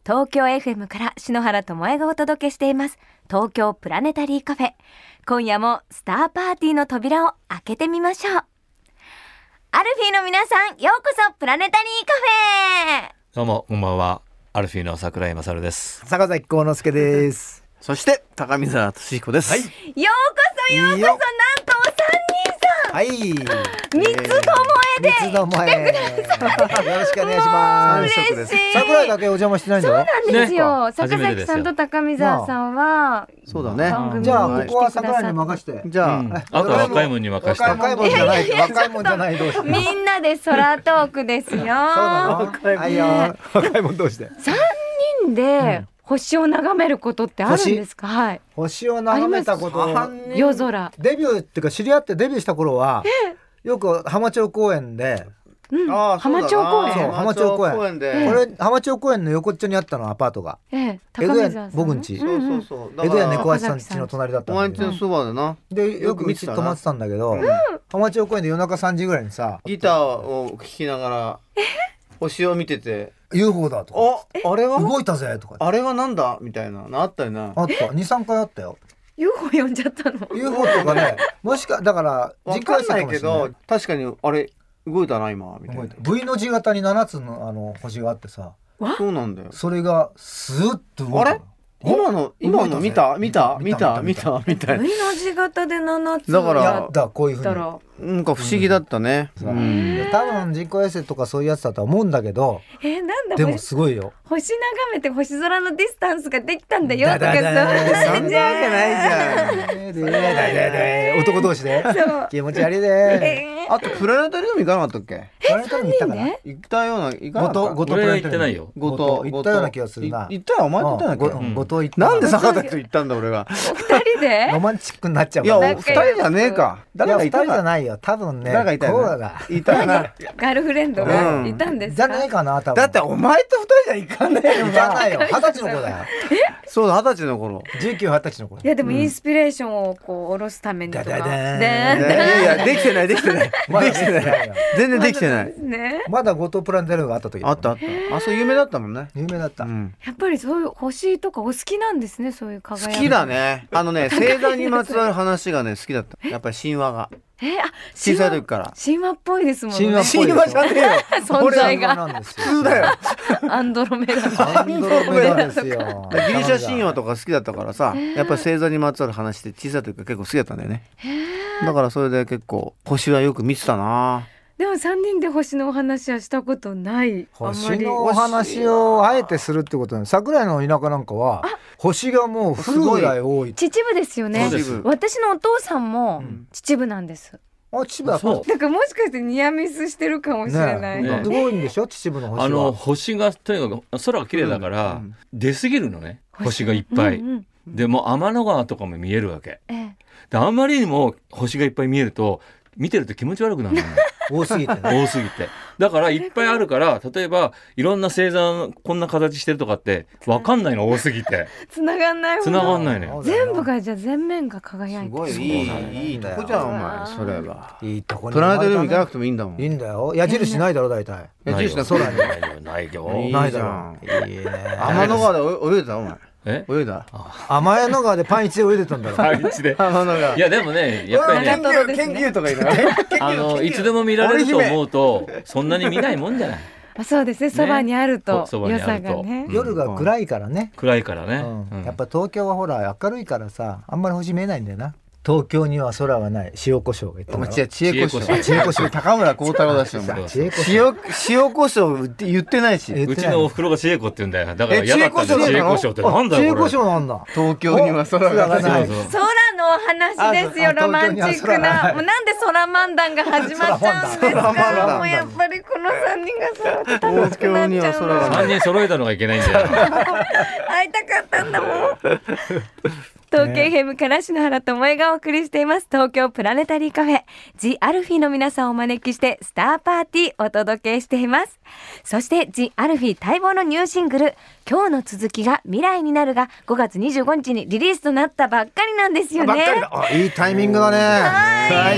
東京 FM から篠原智恵がお届けしています東京プラネタリーカフェ。今夜もスターパーティーの扉を開けてみましょう。アルフィーの皆さん、ようこそプラネタリーカフェ。 どうもこんばんは。アルフィーの桜井勝です。 坂崎幸之助です。 そして高見沢俊彦です。 はい、 ようこそようこそ、なんとお三人さん、 はい、 三つどもえで三つどもえよろしくお願いします。 嬉しい。 桜井だけお邪魔してないんだよ。 そうなんですよ、 ね、 坂崎さんと高見沢さんは、 そうだね。 じゃあここは桜井に任して。 じゃあ、 あとは若いもんに任して。 若いもんじゃない、若いもんじゃない同士。 みんなで空トークですよ。そうなの。はいよ、若いもん同士で。 三人で星を眺めることってあるんですか？はい。 星を眺めたこと。 夜空。 デビューっていうか知り合ってデビューした頃は、よく浜町公園で。 浜町公園。 そう、浜町公園で。これ浜町公園の横っちょにあったのアパートが。高見沢さん。僕ん家。 そう。 江戸屋猫足さん家の隣だったんだけど。 お前んちのそばでな。 でよく泊まってたんだけど、浜町公園で夜中3時ぐらいにさ、 ギターを聴きながら星を見てて、 UFO だとか、 あれは動いたぜとか、 あれはなんだみたいなのあったよな。 あった 2,3 回あったよ。 UFO 呼んじゃったの。 UFO とかね、もしかだからわかんないけど、確かにあれ動いたな今みたいな。 V の字型に7つの星があってさ、 そうなんだよ。 それがスーッと動いたの。 あれ今の見たみたいな。 V の字型で7つだからやったこういうふうに。 なんか不思議だったね。 多分人工衛星とかそういうやつだとは思うんだけど、 なんだでもすごいよ。 星眺めて星空のディスタンスができたんだよとか、 そんなわけないじゃん。 男同士で気持ち悪いで。 あとプラネタリウム行かなかったっけ？ プラネタリウム行ったかな。 行ったような、行かなかった。 後藤プラネタリウム。 俺は行ってないよ。 後藤行ったような気がするな。 行ったよ、お前と行ったんだっけ？ 後藤行った。 なんで坂崎と行ったんだ俺が。 お二人でロマンチックになっちゃう。 いや、二人じゃねえか。誰がいた二人じゃないよ、多分ね。 誰がいたよな。いたな。 ガールフレンドがいたんですか？ じゃないかな、多分。 だってお前と二人じゃ行かねえよ。 行かないよ。20歳の子だよ。 そうだ、20歳の頃。 19、20歳の子。 いやでもインスピレーションをこう下ろすためにとか。 いやできてないできてない全然できてない。 まだ後藤プラネタリウムがあった時。 あった。あそう有名だったもんね。 有名だった。 やっぱりそういう星とかお好きなんですね。そういう輝き。 好きだね。星座にまつわる話がね好きだった。やっぱり神話が。小さい時から神話っぽいですもんね。 神話じゃねえよ。 存在が普通だよ。 アンドロメダですよ。 ギリシャ神話とか好きだったからさ、やっぱり星座にまつわる話って小さい時から結構好きだったんだよね。だからそれで結構星はよく見てたな。 でも3人で星のお話はしたことない。 星のお話をあえてするってことね。桜井の田舎なんかは星がもう降るぐらい多い。 秩父ですよね。私のお父さんも秩父なんです。 秩父はそう。 だからもしかしてニアミスしてるかもしれない。 すごいんでしょ秩父の星は。 星がとにかく空が綺麗だから出過ぎるのね。星がいっぱい。でも天の川とかも見えるわけ。であんまりにも星がいっぱい見えると見てると気持ち悪くなるの。 多すぎてね。 多すぎて。だからいっぱいあるから、例えばいろんな星座こんな形してるとかって分かんないの多すぎて。 繋がんないのよ。 全部がじゃあ全面が輝いて。 すごいいいとこじゃんお前。それは。 いいとこに。 プラネタリウム行かなくてもいいんだもん。 いいんだよ。矢印ないだろ大体。 矢印の空にないよ。 ないだろ。いいね。 天の川で泳いでたお前。泳いだ。 天の川でパンイチで泳いでたんだろ。 パンイチで。いやでもね、やっぱりね、 研究とか言いながらいつでも見られると思うとそんなに見ないもんじゃない。 そうですね。そばにあると良さがね。 夜が暗いからね。 暗いからね。 やっぱ東京はほら明るいからさ、あんまり星見えないんだよな。東京には空はない。塩コショウが言ったの。 知恵コショウ。高村光太郎だし。塩コショウ言ってないし。 うちのお袋が知恵子って言うんだよ。だから嫌だったんだよ。知恵コショウってなんだよこれ。 知恵コショウなんだ。 東京には空がない。 空のお話ですよ。ロマンチックな。もうなんで空漫談が始まっちゃうんですか。もうやっぱりこの3人が揃って楽しくなっちゃうの。 3人揃えたのがいけないんだよ。 会いたかったんだもん。東京 FM から篠原智恵がお送りしています東京プラネタリーカフェ。ジ・アルフィーの皆さんをお招きしてスターパーティーお届けしています。そしてジ・アルフィー待望のニューシングル今日の続きが未来になるが5月25日にリリースとなったばっかりなんですよね。 いいタイミングだね。 はい。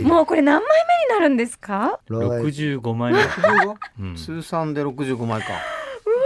もうこれ何枚目になるんですか？ 65枚目。 通算で65枚か。 うわ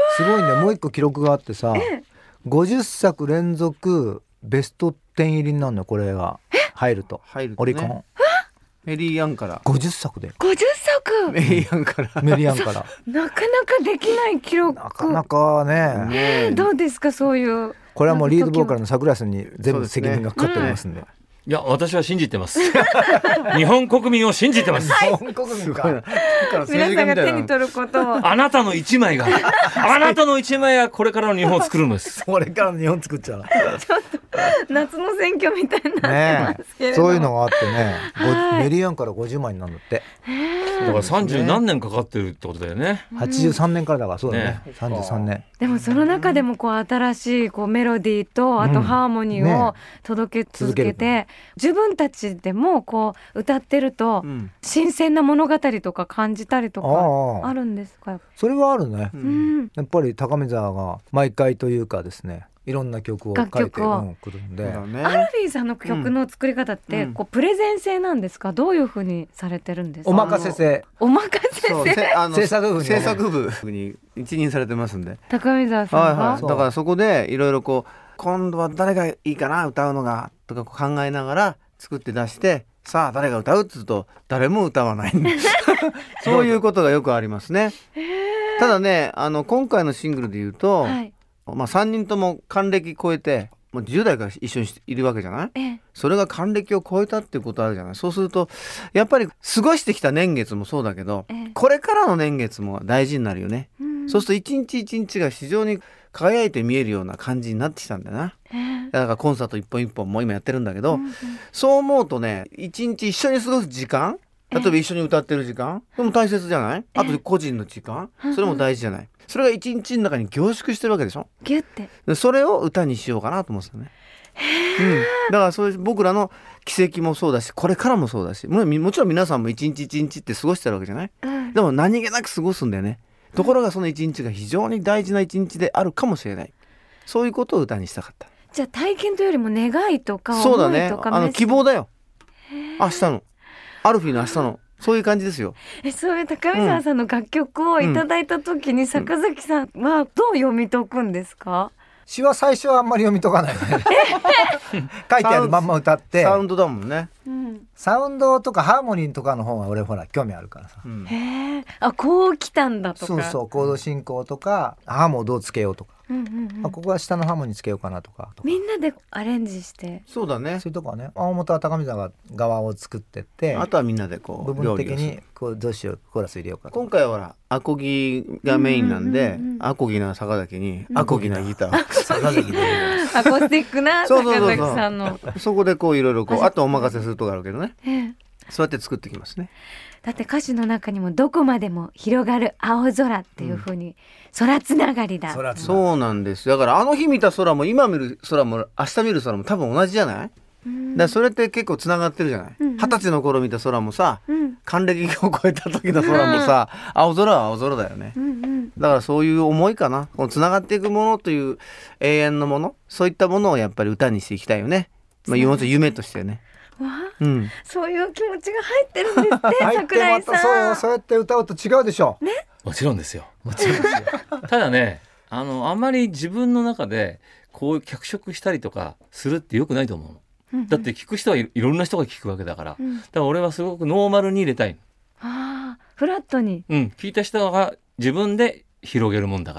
すごいね。もう一個記録があってさ、50作連続ベスト10入りになるのよ。これが入るとオリコンメリーアンから 50作で 50作メリーアンからメリーアンからなかなかできない記録。 なかなかね。 どうですかそういう。 これはもうリードボーカルの桜井さんに全部責任がかかっておりますんで。 いや私は信じてます日本国民を信じてます、 日本国民か。 皆さんが手に取ることをあなたの一枚があなたの一枚がこれからの日本を作るのです。 これからの日本作っちゃうちょっと夏の選挙みたいになってますけれども、 そういうのがあってね、メリーアンから50枚になるのって。 だから30何年かかってるってことだよね。 83年からだからそうだね。33年。 でもその中でもこう新しいこうメロディーとあとハーモニーを届け続けて、自分たちでもこう歌ってると新鮮な物語とか感じたりとかあるんですか？ それはあるね。やっぱり高見沢が毎回というかですね、いろんな曲を書いてくるんで、 アルフィーさんの曲の作り方ってこうプレゼン制なんですか？どういう風にされてるんですか？ お任せ制。 お任せ制。 制作部に一任されてますんで、 高見沢さんが、 だからそこでいろいろこう今度は誰がいいかな歌うのがとか考えながら作って出して、さあ誰が歌うって言うと誰も歌わないそういうことがよくありますね。ただね、今回のシングルで言うと、3人とも還暦超えてもう10代から一緒にいるわけじゃない、それが還暦を超えたっていうことあるじゃない。そうするとやっぱり過ごしてきた年月もそうだけど、これからの年月も大事になるよね。そうすると一日一日が非常に輝いて見えるような感じになってきたんだよな。だからコンサート一本一本も今やってるんだけど、そう思うとね、一日一緒に過ごす時間、例えば一緒に歌ってる時間でも大切じゃない？あと個人の時間、それも大事じゃない？それが一日の中に凝縮してるわけでしょ。 ギュッてそれを歌にしようかなと思うんですよね。だからそういう僕らの奇跡もそうだし、これからもそうだし、もちろん皆さんも一日一日って過ごしてるわけじゃない、でも何気なく過ごすんだよね。ところがその一日が非常に大事な一日であるかもしれない。そういうことを歌にしたかった。 じゃあ体験というよりも願いとかそうだ思いとか、 ね、希望だよ。明日のアルフィーの明日のそういう感じですよ。 そういう高見沢さんの楽曲をいただいた時に坂崎さんはどう読み解くんですか？ 詩は最初はあんまり読み解かないね書いてあるまんま歌って。 サウンドだもんね、 サウンドとかハーモニーとかの方が俺ほら興味あるからさ、 へえ、こう来たんだとか、 そうコード進行とかハーモをどうつけようとか、ここは下のハーモニーつけようかなとかみんなでアレンジして。 そうだね。 そういうとこはね、大本は高見沢が側を作ってって、 あとはみんなでこう部分的にこうどうしようコーラス入れようかとか。 今回はほらアコギがメインなんで、アコギな坂崎にアコギなギター、 坂崎でアコースティックな坂崎さんのそこでこういろいろこうあとお任せするとこあるけどね、そうやって作ってきますね。 だって歌詞の中にもどこまでも広がる青空っていう風に、空つながりだ。 そうなんです。だからあの日見た空も今見る空も明日見る空も多分同じじゃない？だからそれって結構つながってるじゃない。20歳の頃見た空もさ、還暦を超えた時の空もさ、青空は青空だよね。だからそういう思いかな。このつながっていくものという永遠のもの、そういったものをやっぱり歌にしていきたいよね。夢としてね。 そういう気持ちが入ってるんですって桜井さん。 そうやって歌うと違うでしょ。 もちろんですよ。ただね、あんまり自分の中でこう脚色したりとかするってよくないと思うの。だって聞く人はいろんな人が聞くわけだから、だから俺はすごくノーマルに入れたい。 フラットに、 聞いた人が自分で広げるもんだから。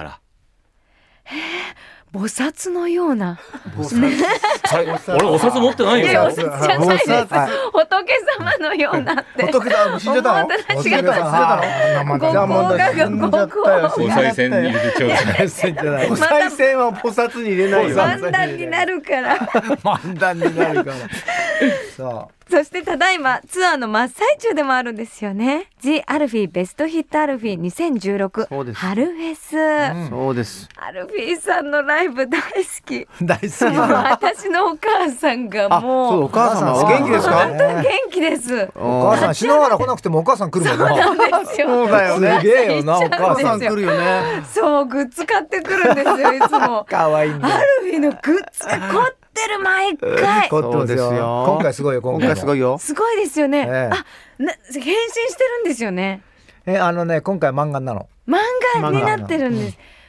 菩薩のような。 俺お札持ってないよ。 いやお札じゃないです。仏様のようなって。 仏様死んじゃったの？ 違った。ご賽銭に入れてちょうだい。 お賽銭は菩薩に入れないよ。 漫談になるから。 漫談になるから。そう。 そしてただいまツアーの真っ最中でもあるんですよね。ジ・アルフィーベストヒットアルフィー2016春フェス。 そうです。 アルフィーさんのライブ大好き。 大好き。 私のお母さんがもう。 そう、お母様お元気ですか？ 本当に元気です。 お母さん篠原来なくてもお母さん来るもんな。 そうなんですよ。 そうだよね。 すげえよな、お母さん来るよね。 そうグッズ買ってくるんですよいつも。 可愛いんだ。 アルフィーのグッズが凝ってる毎回。 凝ってますよ。今回すごいよ。 今回すごいよ。 すごいですよね。変身してるんですよね。 今回漫画なの。 漫画になってるんです。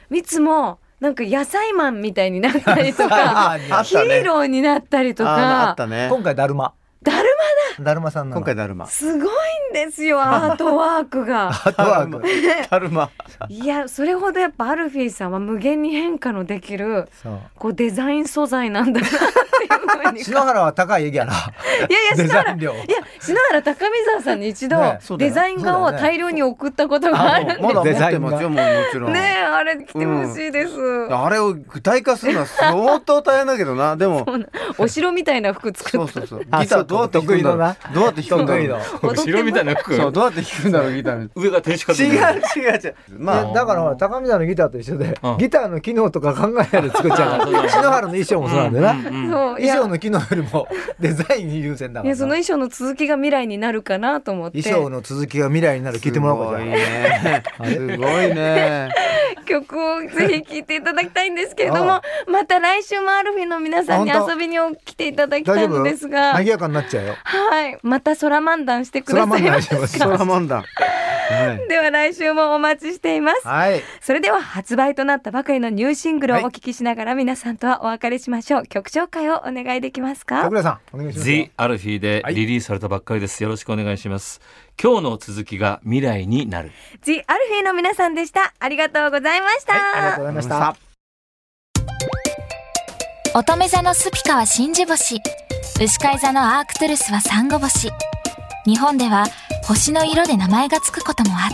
いつもなんか野菜マンみたいになったりとかヒーローになったりとか、 あったね。 今回だるまだるまさんなの。 今回だるま。 すごいんですよアートワークが。 アートワークだるま。 いやそれほどやっぱアルフィーさんは無限に変化のできるこうデザイン素材なんだなっていうふうに。 篠原は高いギャラ。 いやデザイン料。 篠原高見沢さんに一度デザイン画を大量に送ったことがあるんで、 まだ持ってますよもちろん。 ねえあれ来てほしいです、 あれを具体化するのは相当大変だけどな。でもお城みたいな服作った。 ギターどうやって弾くんだろう。どうやって弾くんだろう。 後ろみたいな服。 そうどうやって弾くんだろうギター。 上が停止違う。 まあだからほら高見沢のギターと一緒で、ギターの機能とか考えないで作っちゃうから。篠原の衣装もそうなんだよな。衣装の機能よりもデザインに優先だから。 いやその衣装の続きが未来になるかなと思って。 衣装の続きが未来になる聞いてもらおうか。 すごいね。 曲をぜひ聴いていただきたいんですけれども、また来週もアルフィの皆さんに遊びに来ていただきたいんですが、 賑やかになっちゃうよ。 はい、また空漫談してくださいますか。 空漫談。 では来週もお待ちしています。それでは発売となったばかりのニューシングルをお聞きしながら皆さんとはお別れしましょう。曲紹介をお願いできますか。 桜さんお願いします。 The アルフィでリリースされたばっかりです。よろしくお願いします。今日の続きが未来になる。 The アルフィの皆さんでした。ありがとうございました。 ありがとうございました。 乙女座のスピカは真珠星、牛飼い座のアークトゥルスはサンゴ星。日本では星の色で名前がつくこともあった。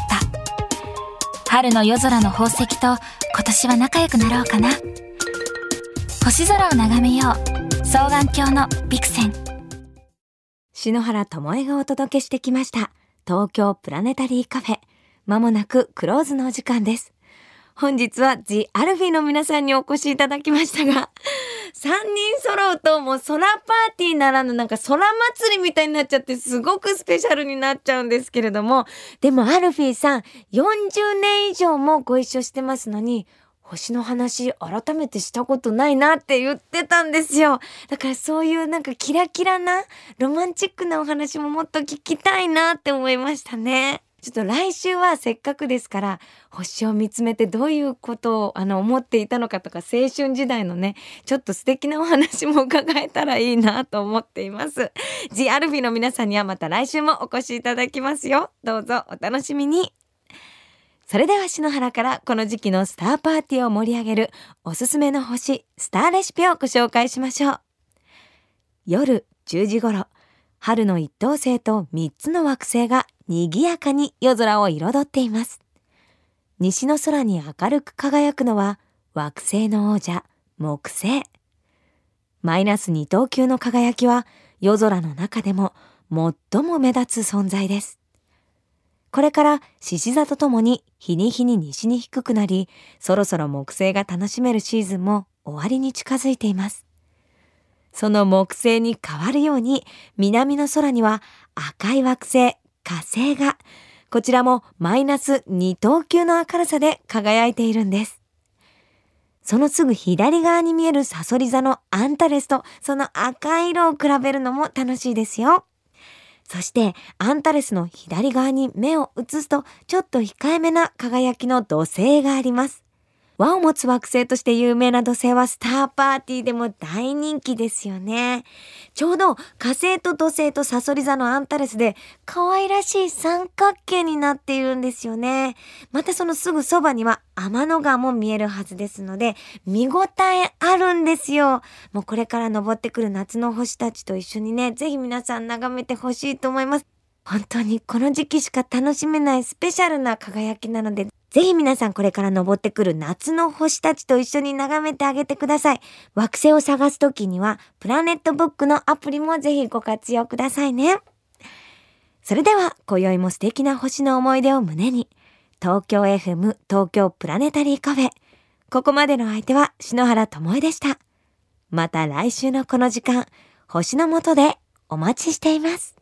春の夜空の宝石と今年は仲良くなろうかな。星空を眺めよう。双眼鏡のビクセン。 篠原智恵がお届けしてきました東京プラネタリーカフェ。まもなくクローズのお時間です。本日は The アルフィの皆さんにお越しいただきましたが、3人揃うともう空パーティーならぬなんか空祭りみたいになっちゃってすごくスペシャルになっちゃうんですけれども、でもアルフィーさん40年以上もご一緒してますのに星の話改めてしたことないなって言ってたんですよ。だからそういうなんかキラキラなロマンチックなお話ももっと聞きたいなって思いましたね。ちょっと来週はせっかくですから星を見つめてどういうことを思っていたのかとか青春時代のねちょっと素敵なお話も伺えたらいいなと思っています。 The アルフィの皆さんにはまた来週もお越しいただきますよ。どうぞお楽しみに。それでは篠原からこの時期のスターパーティーを盛り上げるおすすめの星スターレシピをご紹介しましょう。夜10時頃、春の一等星と3つの惑星が賑やかに夜空を彩っています。西の空に明るく輝くのは惑星の王者木星。マイナス2等級の輝きは夜空の中でも最も目立つ存在です。これから獅子座とともに日に日に西に低くなり、そろそろ木星が楽しめるシーズンも終わりに近づいています。その木星に変わるように南の空には赤い惑星火星が、こちらもマイナス2等級の明るさで輝いているんです。そのすぐ左側に見えるサソリ座のアンタレスとその赤い色を比べるのも楽しいですよ。そしてアンタレスの左側に目を移すとちょっと控えめな輝きの土星があります。輪を持つ惑星として有名な土星はスターパーティーでも大人気ですよね。ちょうど火星と土星とサソリ座のアンタレスで可愛らしい三角形になっているんですよね。またそのすぐそばには天の川も見えるはずですので見応えあるんですよ。もうこれから昇ってくる夏の星たちと一緒にね、ぜひ皆さん眺めてほしいと思います。本当にこの時期しか楽しめないスペシャルな輝きなので、ぜひ皆さんこれから昇ってくる夏の星たちと一緒に眺めてあげてください。惑星を探すときにはプラネットブックのアプリもぜひご活用くださいね。それでは今宵も素敵な星の思い出を胸に、東京 FM 東京プラネタリーカフェ、ここまでの相手は篠原智恵でした。また来週のこの時間、星の下でお待ちしています。